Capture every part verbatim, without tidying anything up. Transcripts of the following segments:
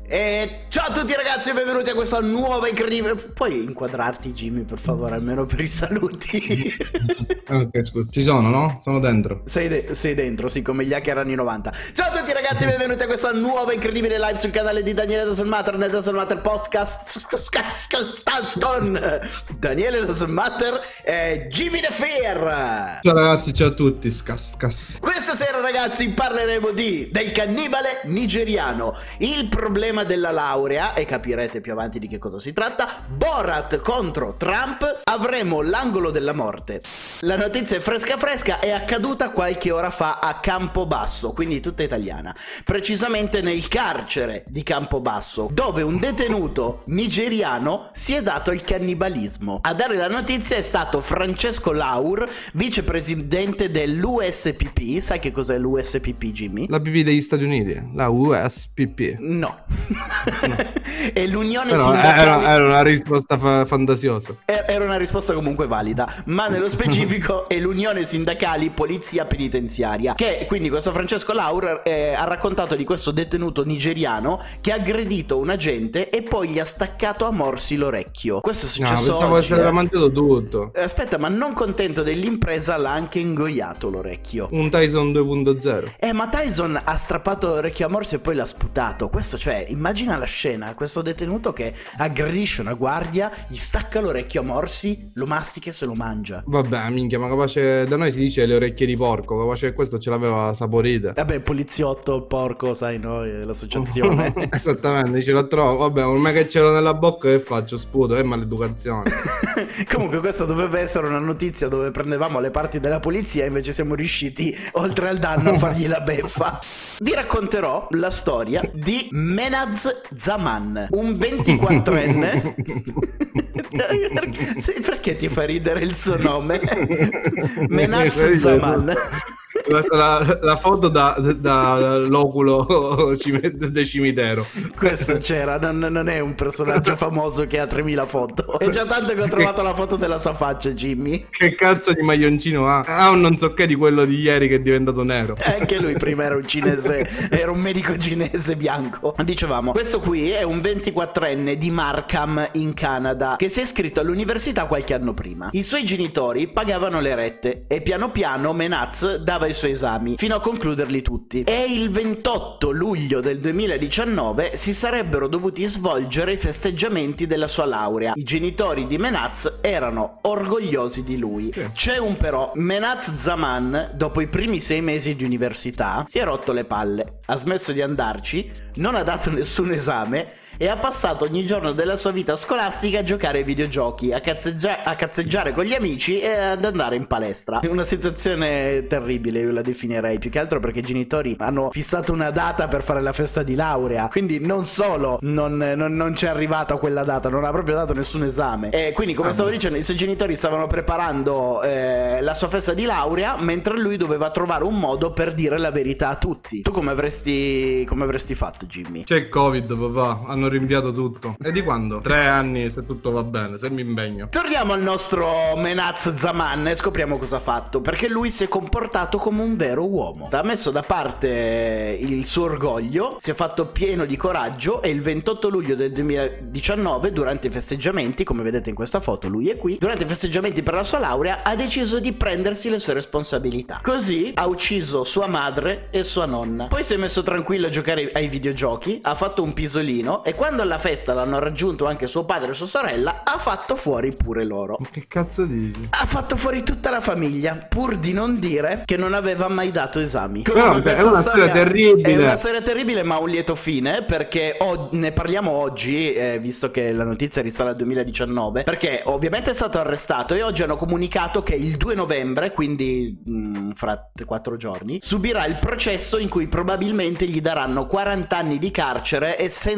E ciao a tutti ragazzi e benvenuti a questa nuova incredibile... Puoi inquadrarti Jimmy per favore, almeno per i saluti? Ok, scusa, ci sono, no? Sono dentro. Sei, de- sei dentro, sì, come gli hacker anni novanta. Ciao a tutti ragazzi e benvenuti a questa nuova incredibile live sul canale di Daniele Doesn't Matter, nel Doesn't Matter Podcast con Daniele Doesn't Matter e Jimmy The Fear. Ciao ragazzi, ciao a tutti, scas, scas. Questa sera ragazzi parleremo di del cannibale nigeriano, il problema della laurea, e capirete più avanti di che cosa si tratta, Borat contro Trump, avremo l'angolo della morte. La notizia è fresca fresca, è accaduta qualche ora fa a Campobasso, quindi tutta italiana, precisamente nel carcere di Campobasso, dove un detenuto nigeriano si è dato il cannibalismo. A dare la notizia è stato Francesco Laur, vicepresidente dell'U S P P. Sai che cos'è l'U S P P, Jimmy? La pipì degli Stati Uniti, la U S P P. No. No. E l'unione Però sindacale era, era una risposta fa- fantasiosa. Era una risposta comunque valida, ma nello specifico è l'unione sindacali polizia penitenziaria, che quindi questo Francesco Laur eh, ha raccontato di questo detenuto nigeriano che ha aggredito un agente e poi gli ha staccato a morsi l'orecchio. Questo è successo No, pensavo oggi, che era eh. mangiato tutto. Aspetta, ma non contento dell'impresa l'ha anche ingoiato l'orecchio. Un Tyson due punto zero. Eh, ma Tyson ha strappato l'orecchio a morsi e poi l'ha sputato. Questo, cioè, immagina la scena, questo detenuto che aggredisce una guardia, gli stacca l'orecchio a morsi, lo mastica e se lo mangia. Vabbè, minchia, ma capace, da noi si dice le orecchie di porco, capace questo ce l'aveva saporita. Vabbè, poliziotto, il porco, sai, no? L'associazione. Esattamente, dice lo trovo. Vabbè, ormai che ce l'ho nella bocca, che faccio? Sputo, è maleducazione. Comunque questa doveva essere una notizia dove prendevamo le parti della polizia, invece siamo riusciti, oltre al danno, a fargli la beffa. Vi racconterò la storia di Menaz Zaman, un ventiquattrenne. perché, perché ti fa ridere il suo nome? Menaz Zaman. La, la, la foto da, da l'oculo del cimitero. Questo c'era, non, non è un personaggio famoso che ha tremila foto. È già tanto che ho trovato la foto della sua faccia, Jimmy. Che cazzo di maglioncino ha? Ha un non so che di quello di ieri che è diventato nero. Anche lui prima era un cinese, era un medico cinese bianco. Dicevamo, questo qui è un ventiquattrenne di Markham in Canada che si è iscritto all'università qualche anno prima. I suoi genitori pagavano le rette e piano piano Menaz dava i suoi esami fino a concluderli tutti, e il ventotto luglio del duemiladiciannove si sarebbero dovuti svolgere i festeggiamenti della sua laurea. I genitori di Menaz erano orgogliosi di lui. Sì. C'è un però: Menaz Zaman, dopo i primi sei mesi di università, si è rotto le palle, ha smesso di andarci, non ha dato nessun esame e ha passato ogni giorno della sua vita scolastica a giocare ai videogiochi, a, cazzeggia- a cazzeggiare con gli amici e ad andare in palestra. È una situazione terribile, io la definirei, più che altro perché i genitori hanno fissato una data per fare la festa di laurea, quindi non solo non, non, non c'è arrivato a quella data, non ha proprio dato nessun esame, e quindi, come stavo dicendo, i suoi genitori stavano preparando eh, la sua festa di laurea, mentre lui doveva trovare un modo per dire la verità a tutti. Tu come avresti, come avresti fatto, Jimmy? C'è il Covid, papà, hanno rinviato tutto. E di quando? Tre anni, se tutto va bene, se mi impegno. Torniamo al nostro Menaz Zaman e scopriamo cosa ha fatto, perché lui si è comportato come un vero uomo. Ha messo da parte il suo orgoglio, si è fatto pieno di coraggio e il ventotto luglio del duemiladiciannove, durante i festeggiamenti, come vedete in questa foto, lui è qui, durante i festeggiamenti per la sua laurea, ha deciso di prendersi le sue responsabilità. Così ha ucciso sua madre e sua nonna. Poi si è messo tranquillo a giocare ai videogiochi, ha fatto un pisolino e quando alla festa l'hanno raggiunto anche suo padre e sua sorella, ha fatto fuori pure loro. Ma che cazzo dici? Ha fatto fuori tutta la famiglia, pur di non dire che non aveva mai dato esami. Però Comunque, è una storia terribile. È una storia terribile, ma un lieto fine, perché o- ne parliamo oggi, eh, visto che la notizia risale al duemiladiciannove, perché ovviamente è stato arrestato e oggi hanno comunicato che il due novembre, quindi mh, fra quattro giorni, subirà il processo in cui probabilmente gli daranno quaranta anni di carcere e senza libertà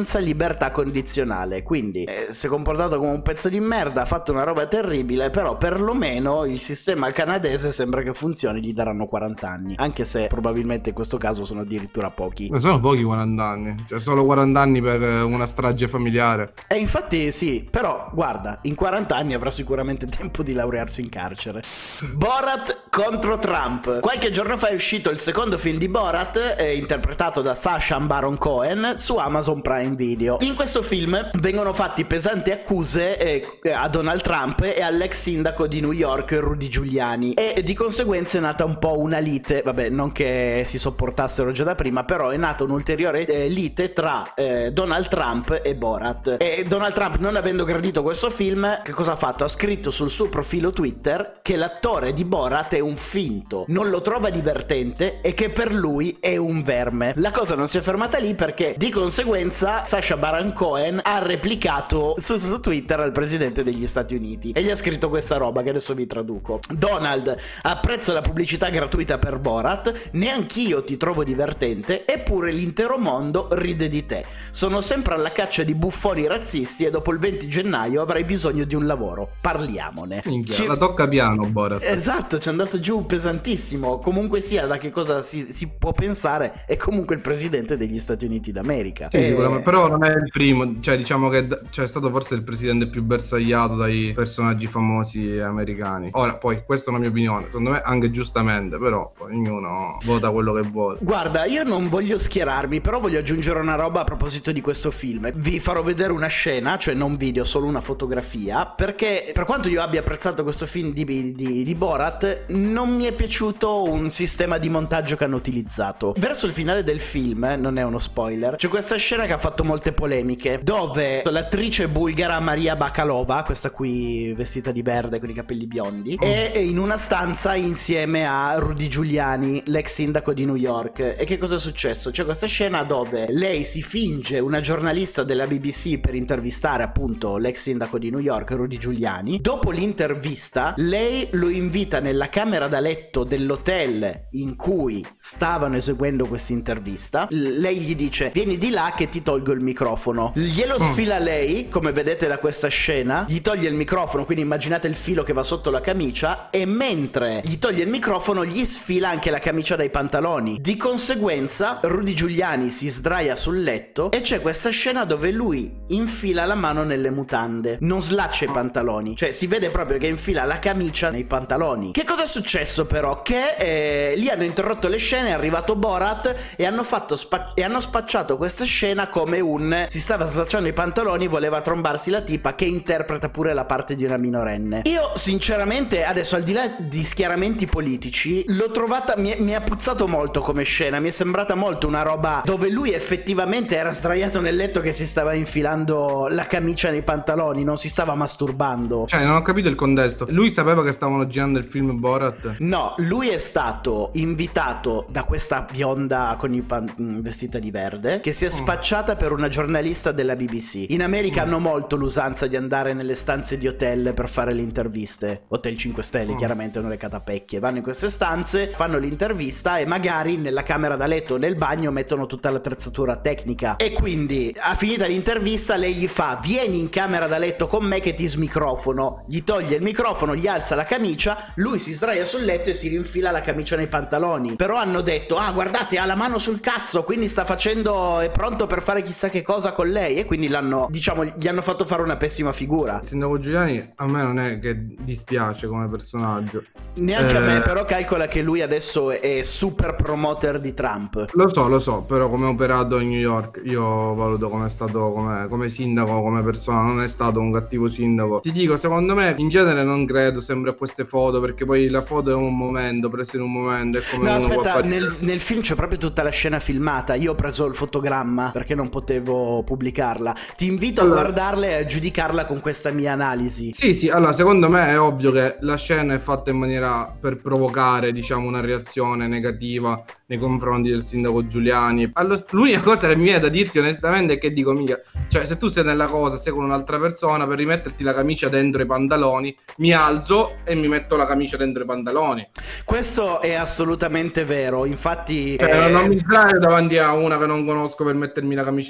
libertà condizionale. Quindi eh, si è comportato come un pezzo di merda, ha fatto una roba terribile, però perlomeno il sistema canadese sembra che funzioni, gli daranno quaranta anni, anche se probabilmente in questo caso sono addirittura pochi. Ma sono pochi quaranta anni, cioè solo quaranta anni per una strage familiare. E infatti sì, però guarda, in quaranta anni avrà sicuramente tempo di laurearsi in carcere. Borat contro Trump. Qualche giorno fa è uscito il secondo film di Borat, eh, interpretato da Sacha Baron Cohen, su Amazon Prime Video. In questo film vengono fatti pesanti accuse eh, a Donald Trump e all'ex sindaco di New York Rudy Giuliani, e di conseguenza è nata un po' una lite, vabbè, non che si sopportassero già da prima, però è nata un'ulteriore eh, lite tra eh, Donald Trump e Borat. E Donald Trump, non avendo gradito questo film, che cosa ha fatto? Ha scritto sul suo profilo Twitter che l'attore di Borat è un finto, non lo trova divertente e che per lui è un verme. La cosa non si è fermata lì, perché di conseguenza Sacha Baron Cohen ha replicato su, su Twitter al presidente degli Stati Uniti e gli ha scritto questa roba che adesso vi traduco. Donald, apprezzo la pubblicità gratuita per Borat, neanch'io ti trovo divertente, eppure l'intero mondo ride di te. Sono sempre alla caccia di buffoni razzisti e dopo il venti gennaio avrai bisogno di un lavoro. Parliamone. Minchia, Ci... la tocca piano Borat. Esatto, ci è andato giù pesantissimo. Comunque sia, da che cosa si, si può pensare, è comunque il presidente degli Stati Uniti d'America. Sì, e... sicuramente, però non è il primo, cioè diciamo che cioè, è stato forse il presidente più bersagliato dai personaggi famosi americani. Ora, poi, questa è una mia opinione, secondo me anche giustamente, però poi ognuno vota quello che vuole. Guarda, io non voglio schierarmi, però voglio aggiungere una roba a proposito di questo film. Vi farò vedere una scena, cioè non video, solo una fotografia, perché per quanto io abbia apprezzato questo film di, di, di Borat, non mi è piaciuto un sistema di montaggio che hanno utilizzato. Verso il finale del film, eh, non è uno spoiler, c'è questa scena che ha fatto molte polemiche, dove l'attrice bulgara Maria Bakalova, questa qui vestita di verde con i capelli biondi, è in una stanza insieme a Rudy Giuliani, l'ex sindaco di New York. E che cosa è successo? C'è questa scena dove lei si finge una giornalista della B B C per intervistare appunto l'ex sindaco di New York Rudy Giuliani. Dopo l'intervista lei lo invita nella camera da letto dell'hotel in cui stavano eseguendo questa intervista. L- lei gli dice: vieni di là che ti tolgo il microfono. Glielo sfila lei, come vedete da questa scena, gli toglie il microfono, quindi immaginate il filo che va sotto la camicia, e mentre gli toglie il microfono gli sfila anche la camicia dai pantaloni. Di conseguenza Rudy Giuliani si sdraia sul letto e c'è questa scena dove lui infila la mano nelle mutande, non slaccia i pantaloni, cioè si vede proprio che infila la camicia nei pantaloni. Che cosa è successo però? Che eh, lì hanno interrotto le scene, è arrivato Borat e hanno fatto spa- e hanno spacciato questa scena come un si stava slacciando i pantaloni, voleva trombarsi la tipa che interpreta pure la parte di una minorenne. Io sinceramente adesso, al di là di schieramenti politici, l'ho trovata, mi, mi ha puzzato molto come scena, mi è sembrata molto una roba dove lui effettivamente era sdraiato nel letto che si stava infilando la camicia nei pantaloni, non si stava masturbando. Cioè non ho capito il contesto. Lui sapeva che stavano girando il film Borat? No, lui è stato invitato da questa bionda con i pan- vestita di verde che si è spacciata per una giornalista della B B C. In America mm. hanno molto l'usanza di andare nelle stanze di hotel per fare le interviste. Hotel cinque stelle, mm. chiaramente, non le catapecchie. Vanno in queste stanze, fanno l'intervista e magari nella camera da letto o nel bagno mettono tutta l'attrezzatura tecnica. E quindi, a finita l'intervista, lei gli fa: vieni in camera da letto con me che ti smicrofono. Gli toglie il microfono, gli alza la camicia, lui si sdraia sul letto e si rinfila la camicia nei pantaloni. Però hanno detto: ah, guardate, ha la mano sul cazzo, quindi sta facendo, è pronto per fare chissà che cosa con lei. E quindi l'hanno, diciamo, gli hanno fatto fare una pessima figura. Il sindaco Giuliani a me non è che dispiace come personaggio. Neanche eh... a me, però calcola che lui adesso è super promoter di Trump. Lo so, lo so, però come ha operato in New York io valuto come è stato come, come sindaco, come persona, non è stato un cattivo sindaco. Ti dico, secondo me in genere non credo sempre a queste foto, perché poi la foto è un momento, preso in un momento, è come no, uno aspetta, può nel, nel film c'è proprio tutta la scena filmata. Io ho preso il fotogramma perché non potevo pubblicarla. Ti invito allora a guardarla e a giudicarla con questa mia analisi. Sì, sì, allora secondo me è ovvio che la scena è fatta in maniera per provocare, diciamo, una reazione negativa nei confronti del sindaco Giuliani. Allora, l'unica cosa che mi viene da dirti onestamente è che dico, mica, cioè se tu sei nella cosa, sei con un'altra persona, per rimetterti la camicia dentro i pantaloni, mi alzo e mi metto la camicia dentro i pantaloni. Questo è assolutamente vero, infatti cioè, eh... non mi sdraio davanti a una che non conosco per mettermi la camicia dei pantaloni.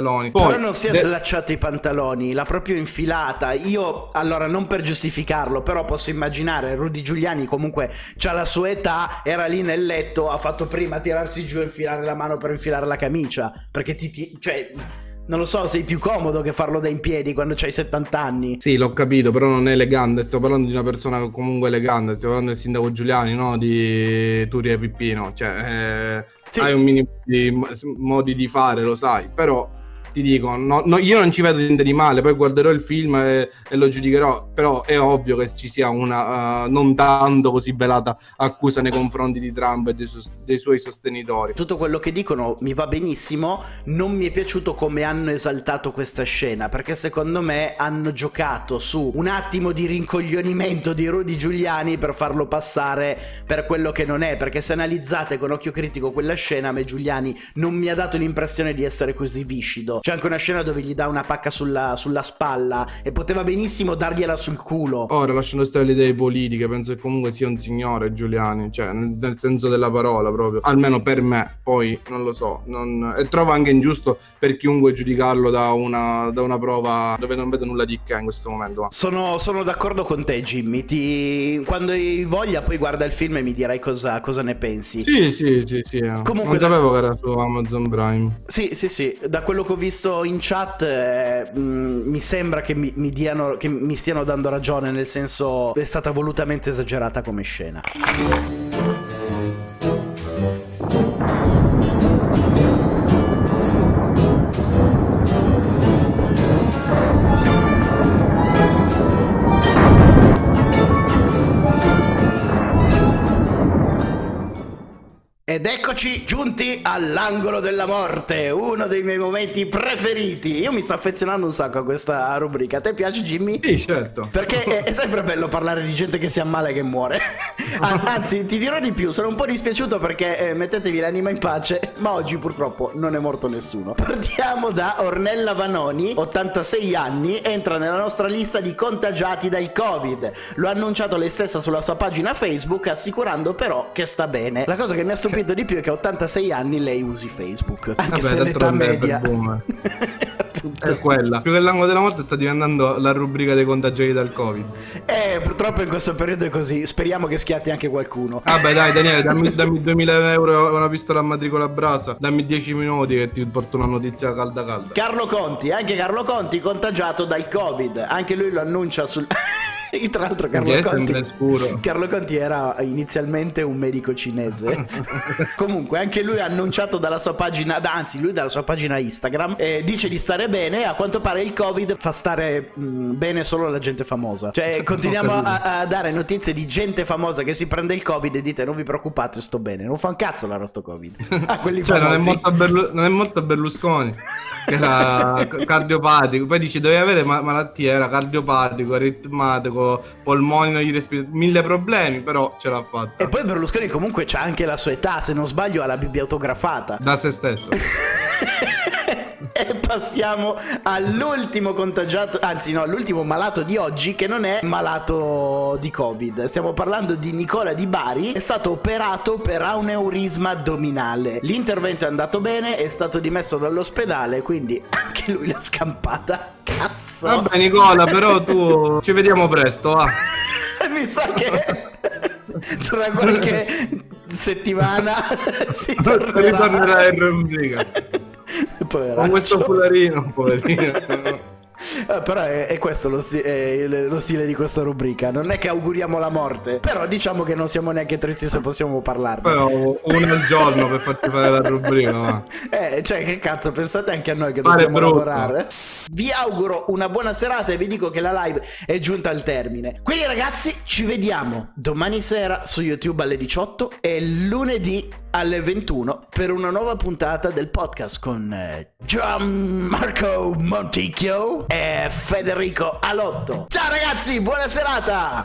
pantaloni. Poi, Poi, però non si è de- slacciato i pantaloni, l'ha proprio infilata. Io, allora, non per giustificarlo, però posso immaginare Rudy Giuliani comunque c'ha la sua età, era lì nel letto, ha fatto prima tirarsi giù e infilare la mano per infilare la camicia, perché ti, ti cioè non lo so, sei più comodo che farlo da in piedi quando c'hai settanta anni. Sì, l'ho capito, però non è elegante. Stiamo parlando di una persona comunque elegante. Stiamo parlando del sindaco Giuliani, no? Di Turi e Pippino. Cioè, eh, Sì. hai un minimo di modi di fare, lo sai. Però ti dico, no, no, io non ci vedo niente di male. Poi guarderò il film e, e lo giudicherò. Però è ovvio che ci sia una uh, non tanto così velata accusa nei confronti di Trump e dei, su- dei suoi sostenitori. Tutto quello che dicono mi va benissimo, non mi è piaciuto come hanno esaltato questa scena, perché secondo me hanno giocato su un attimo di rincoglionimento di Rudy Giuliani per farlo passare per quello che non è, perché se analizzate con occhio critico quella scena, a me Giuliani non mi ha dato l'impressione di essere così viscido. C'è anche una scena dove gli dà una pacca sulla, sulla spalla e poteva benissimo dargliela sul culo. Ora, lasciando stare le idee politiche, penso che comunque sia un signore Giuliani, cioè nel, nel senso della parola proprio, almeno per me. Poi non lo so, non... e trovo anche ingiusto per chiunque giudicarlo da una, da una prova dove non vedo nulla di che in questo momento. Sono, sono d'accordo con te, Jimmy. Ti... Quando hai voglia poi guarda il film e mi dirai cosa, cosa ne pensi. Sì, sì, sì, sì. Comunque, non sapevo che era su Amazon Prime. Sì, sì, sì. Da quello che ho visto in chat eh, mh, mi sembra che mi, mi diano, che mi stiano dando ragione, nel senso è stata volutamente esagerata come scena. Ed eccoci giunti all'angolo della morte, uno dei miei momenti preferiti. Io mi sto affezionando un sacco a questa rubrica. A te piace, Jimmy? Sì, certo. Perché è, è sempre bello parlare di gente che si ammala e che muore. Anzi, ti dirò di più, sono un po' dispiaciuto perché eh, mettetevi l'anima in pace, ma oggi purtroppo non è morto nessuno. Partiamo da Ornella Vanoni, ottantasei anni, entra nella nostra lista di contagiati dal Covid. Lo ha annunciato lei stessa sulla sua pagina Facebook, assicurando però che sta bene. La cosa che mi ha stupito di più è che a ottantasei anni lei usi Facebook, anche Vabbè, se l'età media è quella. Più che l'angolo della morte sta diventando la rubrica dei contagiati dal Covid. Eh, purtroppo in questo periodo è così. Speriamo che schiatti anche qualcuno. Vabbè, dai, Daniele, dammi, dammi duemila euro e una pistola a matricola a brasa. Dammi dieci minuti che ti porto una notizia calda calda. Carlo Conti, anche Carlo Conti contagiato dal Covid. Anche lui lo annuncia sul... Tra l'altro Carlo Conti, Carlo Conti era inizialmente un medico cinese. Comunque anche lui ha annunciato dalla sua pagina, anzi lui dalla sua pagina Instagram, eh, dice di stare bene. A quanto pare il Covid fa stare mh, bene solo la gente famosa. Cioè continuiamo a, a dare notizie di gente famosa che si prende il Covid e dite non vi preoccupate, sto bene. Non fa un cazzo la sto Covid. Ah, quelli cioè, non è, molto Berlu- non è molto Berlusconi, che era cardiopatico, poi dice doveva avere ma- malattia, era cardiopatico, aritmatico, polmoni, non gli respira, mille problemi, però ce l'ha fatta. E poi Berlusconi comunque c'ha anche la sua età, se non sbaglio ha la Bibbia autografata da se stesso. E passiamo all'ultimo contagiato, anzi no, all'ultimo malato di oggi, che non è malato di Covid. Stiamo parlando di Nicola Di Bari. È stato operato per aneurisma addominale. L'intervento è andato bene, è stato dimesso dall'ospedale, quindi anche lui l'ha scampata. Cazzo. Vabbè Nicola, però tu ci vediamo presto, va. Mi sa che tra qualche settimana si tornerà. ritornerà in rubrica con questo fularino, poverino. Eh, però è, è questo lo, sti- è lo stile di questa rubrica. Non è che auguriamo la morte, però diciamo che non siamo neanche tristi se possiamo parlarne. Però uno al giorno per farti fare la rubrica, ma. Eh, cioè che cazzo, pensate anche a noi che Pare dobbiamo brutto. lavorare. Vi auguro una buona serata e vi dico che la live è giunta al termine. Quindi ragazzi, ci vediamo domani sera su YouTube alle diciotto e lunedì alle ventuno per una nuova puntata del podcast con eh, Gianmarco Monticchio e Federico Alotto. Ciao ragazzi, buona serata!